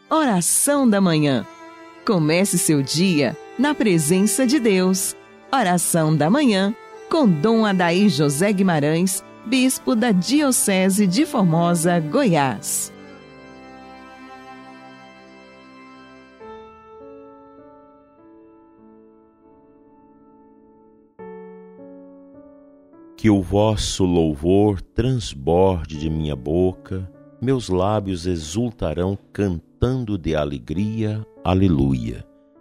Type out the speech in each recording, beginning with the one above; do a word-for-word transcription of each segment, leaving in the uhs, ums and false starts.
Oração da Manhã. Comece seu dia na presença de Deus. Oração da Manhã com Dom Adair José Guimarães, Bispo da Diocese de Formosa, Goiás. Que o vosso louvor transborde de minha boca, meus lábios exultarão cantando de alegria, aleluia.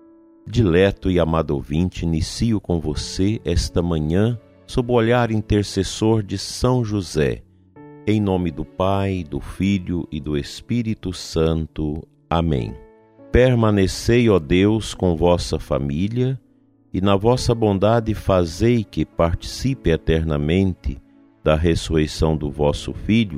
Dileto e amado ouvinte, inicio com você esta manhã sob o olhar intercessor de São José. Em nome do Pai, do Filho e do Espírito Santo. Amém. Permanecei, ó Deus, com vossa família, e na vossa bondade fazei que participe eternamente da ressurreição do vosso Filho,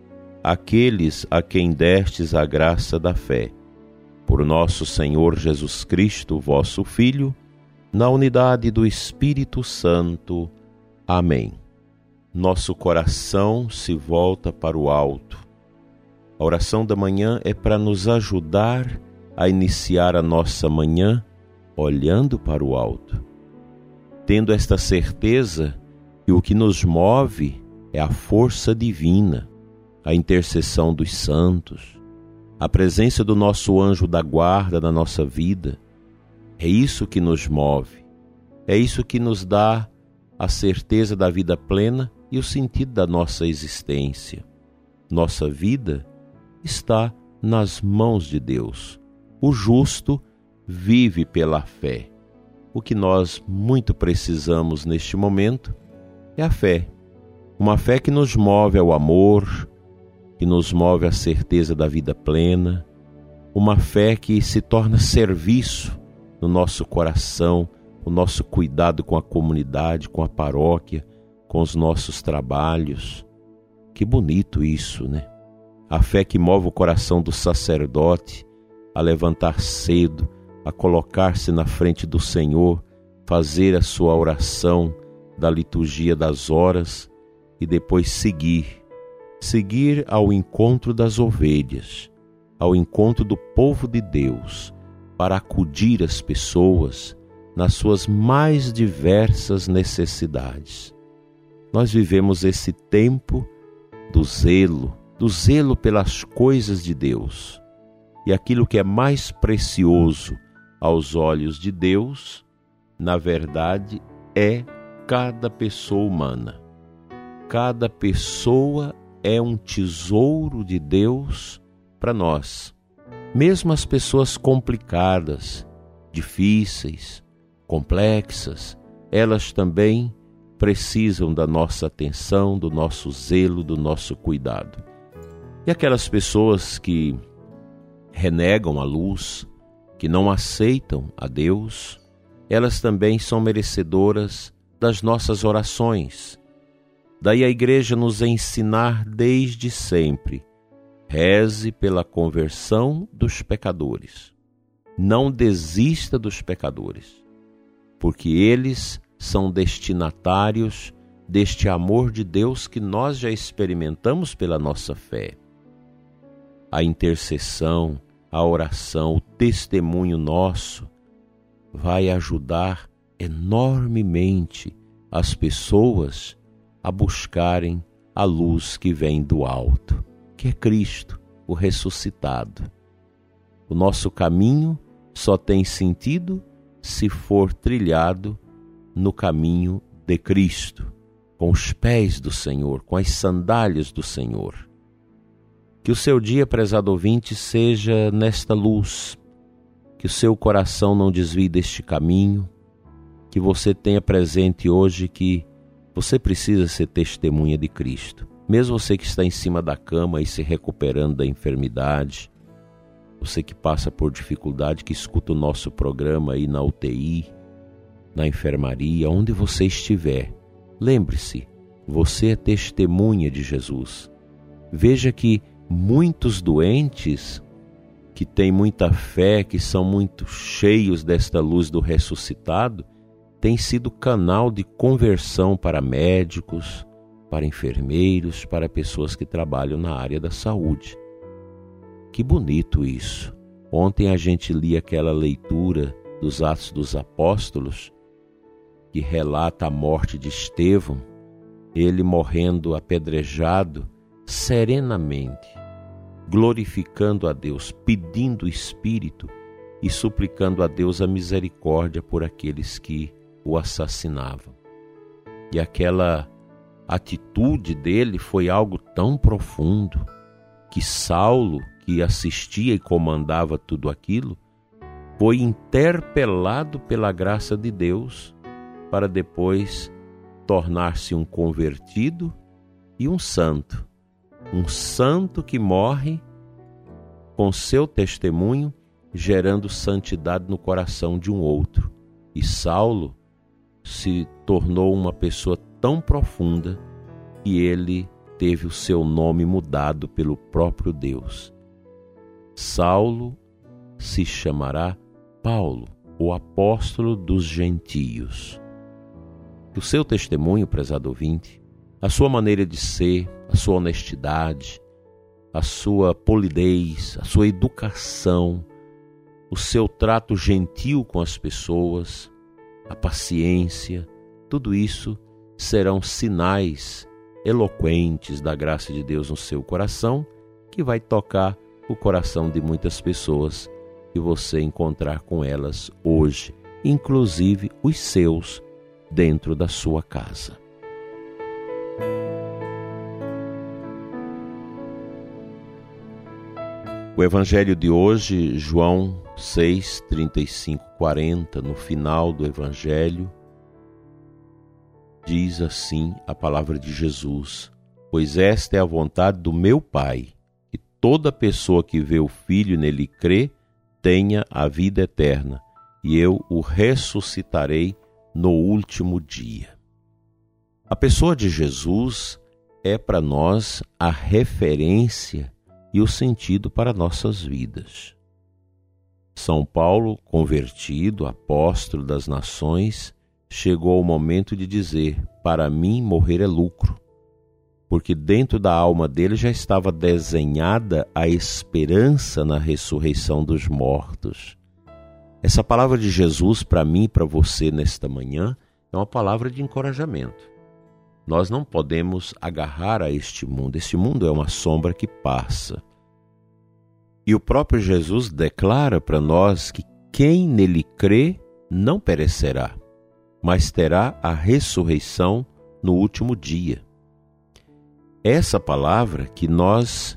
aqueles a quem destes a graça da fé. Por nosso Senhor Jesus Cristo, vosso Filho, na unidade do Espírito Santo. Amém. Nosso coração se volta para o alto. A oração da manhã é para nos ajudar a iniciar a nossa manhã olhando para o alto, tendo esta certeza que o que nos move é a força divina, a intercessão dos santos, a presença do nosso anjo da guarda na nossa vida. É isso que nos move, é isso que nos dá a certeza da vida plena e o sentido da nossa existência. Nossa vida está nas mãos de Deus. O justo vive pela fé. O que nós muito precisamos neste momento é a fé. Uma fé que nos move ao amor, que nos move à certeza da vida plena. Uma fé que se torna serviço no nosso coração, o nosso cuidado com a comunidade, com a paróquia, com os nossos trabalhos. Que bonito isso, né? A fé que move o coração do sacerdote a levantar cedo, a colocar-se na frente do Senhor, fazer a sua oração da liturgia das horas e depois seguir, seguir ao encontro das ovelhas, ao encontro do povo de Deus, para acudir as pessoas nas suas mais diversas necessidades. Nós vivemos esse tempo do zelo, do zelo pelas coisas de Deus, e aquilo que é mais precioso aos olhos de Deus, na verdade, é cada pessoa humana. Cada pessoa é um tesouro de Deus para nós. Mesmo as pessoas complicadas, difíceis, complexas, elas também precisam da nossa atenção, do nosso zelo, do nosso cuidado. E aquelas pessoas que renegam a luz, que não aceitam a Deus, elas também são merecedoras das nossas orações. Daí a Igreja nos ensinar desde sempre: reze pela conversão dos pecadores. Não desista dos pecadores, porque eles são destinatários deste amor de Deus que nós já experimentamos pela nossa fé. A intercessão, a oração, o testemunho nosso vai ajudar enormemente as pessoas a buscarem a luz que vem do alto, que é Cristo, o ressuscitado. O nosso caminho só tem sentido se for trilhado no caminho de Cristo, com os pés do Senhor, com as sandálias do Senhor. Que o seu dia, prezado ouvinte, seja nesta luz, que o seu coração não desvie deste caminho, que você tenha presente hoje que você precisa ser testemunha de Cristo. Mesmo você que está em cima da cama e se recuperando da enfermidade, você que passa por dificuldade, que escuta o nosso programa aí na U T I, na enfermaria, onde você estiver, lembre-se, você é testemunha de Jesus. Veja que muitos doentes que têm muita fé, que são muito cheios desta luz do ressuscitado, têm sido canal de conversão para médicos, para enfermeiros, para pessoas que trabalham na área da saúde. Que bonito isso! Ontem a gente lia aquela leitura dos Atos dos Apóstolos, que relata a morte de Estevão, ele morrendo apedrejado serenamente, glorificando a Deus, pedindo o Espírito e suplicando a Deus a misericórdia por aqueles que o assassinavam. E aquela atitude dele foi algo tão profundo que Saulo, que assistia e comandava tudo aquilo, foi interpelado pela graça de Deus para depois tornar-se um convertido e um santo. Um santo que morre com seu testemunho, gerando santidade no coração de um outro. E Saulo se tornou uma pessoa tão profunda que ele teve o seu nome mudado pelo próprio Deus. Saulo se chamará Paulo, o apóstolo dos gentios. O seu testemunho, prezado ouvinte, a sua maneira de ser, a sua honestidade, a sua polidez, a sua educação, o seu trato gentil com as pessoas, a paciência, tudo isso serão sinais eloquentes da graça de Deus no seu coração, que vai tocar o coração de muitas pessoas que você encontrar com elas hoje, inclusive os seus dentro da sua casa. O Evangelho de hoje, João seis, trinta e cinco, quarenta, no final do Evangelho, diz assim a palavra de Jesus: pois esta é a vontade do meu Pai, que toda pessoa que vê o Filho e nele crê, tenha a vida eterna, e eu o ressuscitarei no último dia. A pessoa de Jesus é para nós a referência e o sentido para nossas vidas. São Paulo, convertido, apóstolo das nações, chegou ao momento de dizer: para mim morrer é lucro, porque dentro da alma dele já estava desenhada a esperança na ressurreição dos mortos. Essa palavra de Jesus para mim e para você nesta manhã é uma palavra de encorajamento. Nós não podemos agarrar a este mundo. Este mundo é uma sombra que passa. E o próprio Jesus declara para nós que quem nele crê não perecerá, mas terá a ressurreição no último dia. Essa palavra que nós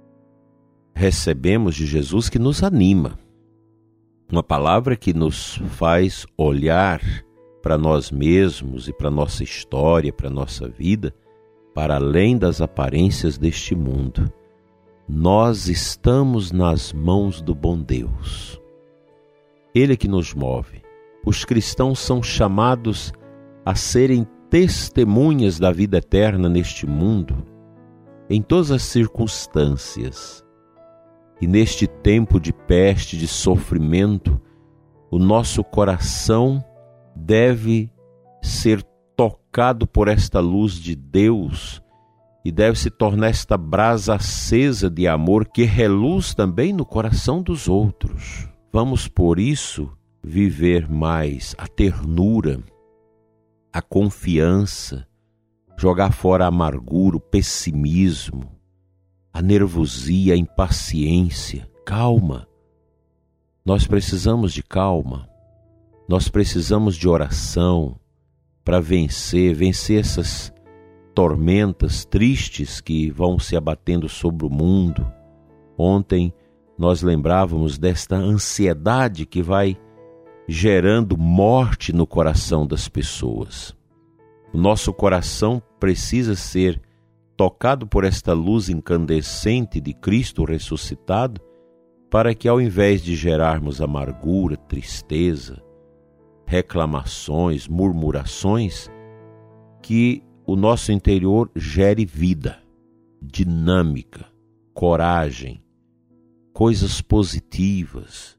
recebemos de Jesus, que nos anima. Uma palavra que nos faz olhar para nós mesmos e para a nossa história, para a nossa vida, para além das aparências deste mundo. Nós estamos nas mãos do bom Deus. Ele é que nos move. Os cristãos são chamados a serem testemunhas da vida eterna neste mundo, em todas as circunstâncias. E neste tempo de peste, de sofrimento, o nosso coração deve ser tocado por esta luz de Deus e deve se tornar esta brasa acesa de amor que reluz também no coração dos outros. Vamos, por isso, viver mais a ternura, a confiança, jogar fora a amargura, o pessimismo, a nervosia, a impaciência. Calma. Nós precisamos de calma. Nós precisamos de oração para vencer, vencer essas tormentas tristes que vão se abatendo sobre o mundo. Ontem nós lembrávamos desta ansiedade que vai gerando morte no coração das pessoas. O nosso coração precisa ser tocado por esta luz incandescente de Cristo ressuscitado, para que ao invés de gerarmos amargura, tristeza, reclamações, murmurações, que o nosso interior gere vida, dinâmica, coragem, coisas positivas,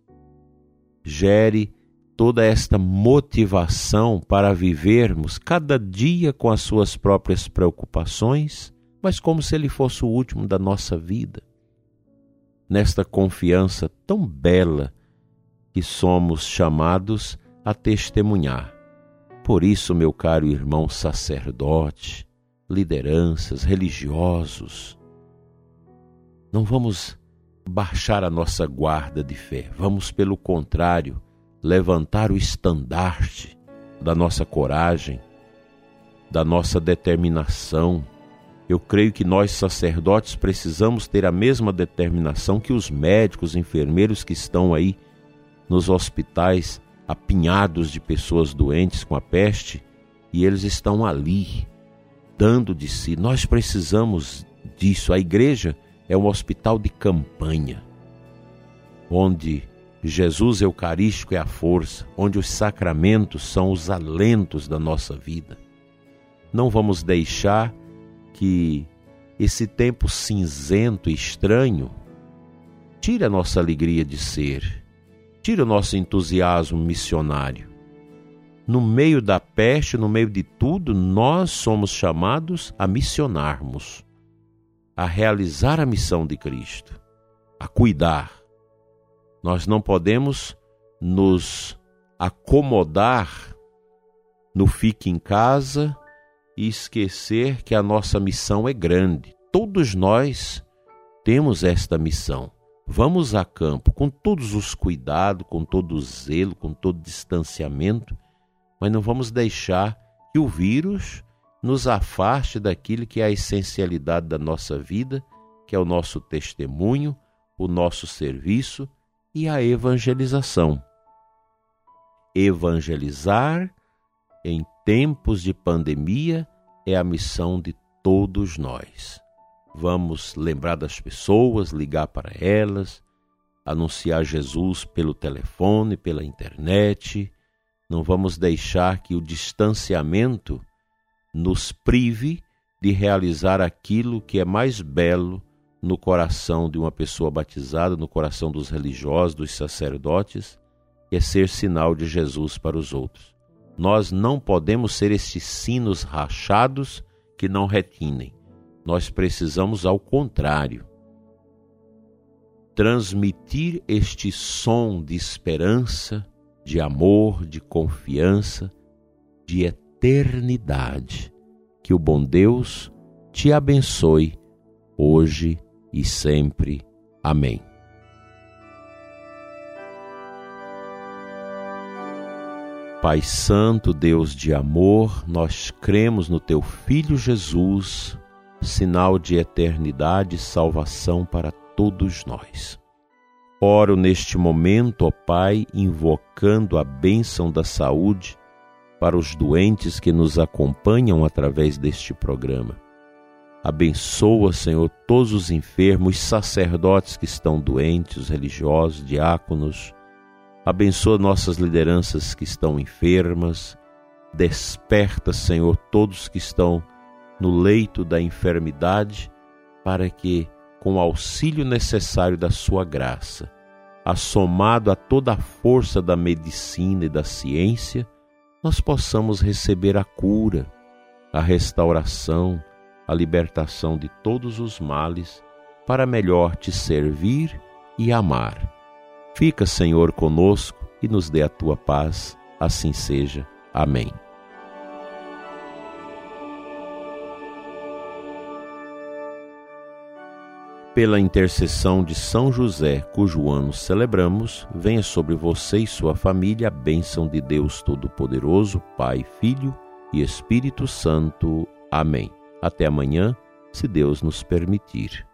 gere toda esta motivação para vivermos cada dia com as suas próprias preocupações, mas como se ele fosse o último da nossa vida. nesta confiança tão bela que somos chamados a testemunhar. Por isso, meu caro irmão sacerdote, lideranças, religiosos, não vamos baixar a nossa guarda de fé, vamos, pelo contrário, levantar o estandarte da nossa coragem, da nossa determinação. Eu creio que nós, sacerdotes, precisamos ter a mesma determinação que os médicos, enfermeiros que estão aí nos hospitais, apinhados de pessoas doentes com a peste, e eles estão ali, dando de si. Nós precisamos disso. A igreja é um hospital de campanha, onde Jesus Eucarístico é a força, onde os sacramentos são os alentos da nossa vida. Não vamos deixar que esse tempo cinzento e estranho tire a nossa alegria de ser, tire o nosso entusiasmo missionário. No meio da peste, no meio de tudo, nós somos chamados a missionarmos, a realizar a missão de Cristo, a cuidar. Nós não podemos nos acomodar no fique em casa e esquecer que a nossa missão é grande. Todos nós temos esta missão. Vamos a campo com todos os cuidados, com todo o zelo, com todo o distanciamento, mas não vamos deixar que o vírus nos afaste daquilo que é a essencialidade da nossa vida, que é o nosso testemunho, o nosso serviço e a evangelização. Evangelizar em tempos de pandemia é a missão de todos nós. Vamos lembrar das pessoas, ligar para elas, anunciar Jesus pelo telefone, pela internet. Não vamos deixar que o distanciamento nos prive de realizar aquilo que é mais belo no coração de uma pessoa batizada, no coração dos religiosos, dos sacerdotes, que é ser sinal de Jesus para os outros. Nós não podemos ser estes sinos rachados que não retinem. Nós precisamos, ao contrário, transmitir este som de esperança, de amor, de confiança, de eternidade. Que o bom Deus te abençoe hoje e sempre. Amém. Pai Santo, Deus de amor, nós cremos no Teu Filho Jesus, sinal de eternidade e salvação para todos nós. Oro neste momento, ó Pai, invocando a bênção da saúde para os doentes que nos acompanham através deste programa. Abençoa, Senhor, todos os enfermos, os sacerdotes que estão doentes, os religiosos, diáconos. Abençoa nossas lideranças que estão enfermas. Desperta, Senhor, todos que estão no leito da enfermidade, para que, com o auxílio necessário da sua graça, assomado a toda a força da medicina e da ciência, nós possamos receber a cura, a restauração, a libertação de todos os males, para melhor te servir e amar. Fica, Senhor, conosco e nos dê a tua paz. Assim seja. Amém. Pela intercessão de São José, cujo ano celebramos, venha sobre você e sua família a bênção de Deus Todo-Poderoso, Pai, Filho e Espírito Santo. Amém. Até amanhã, se Deus nos permitir.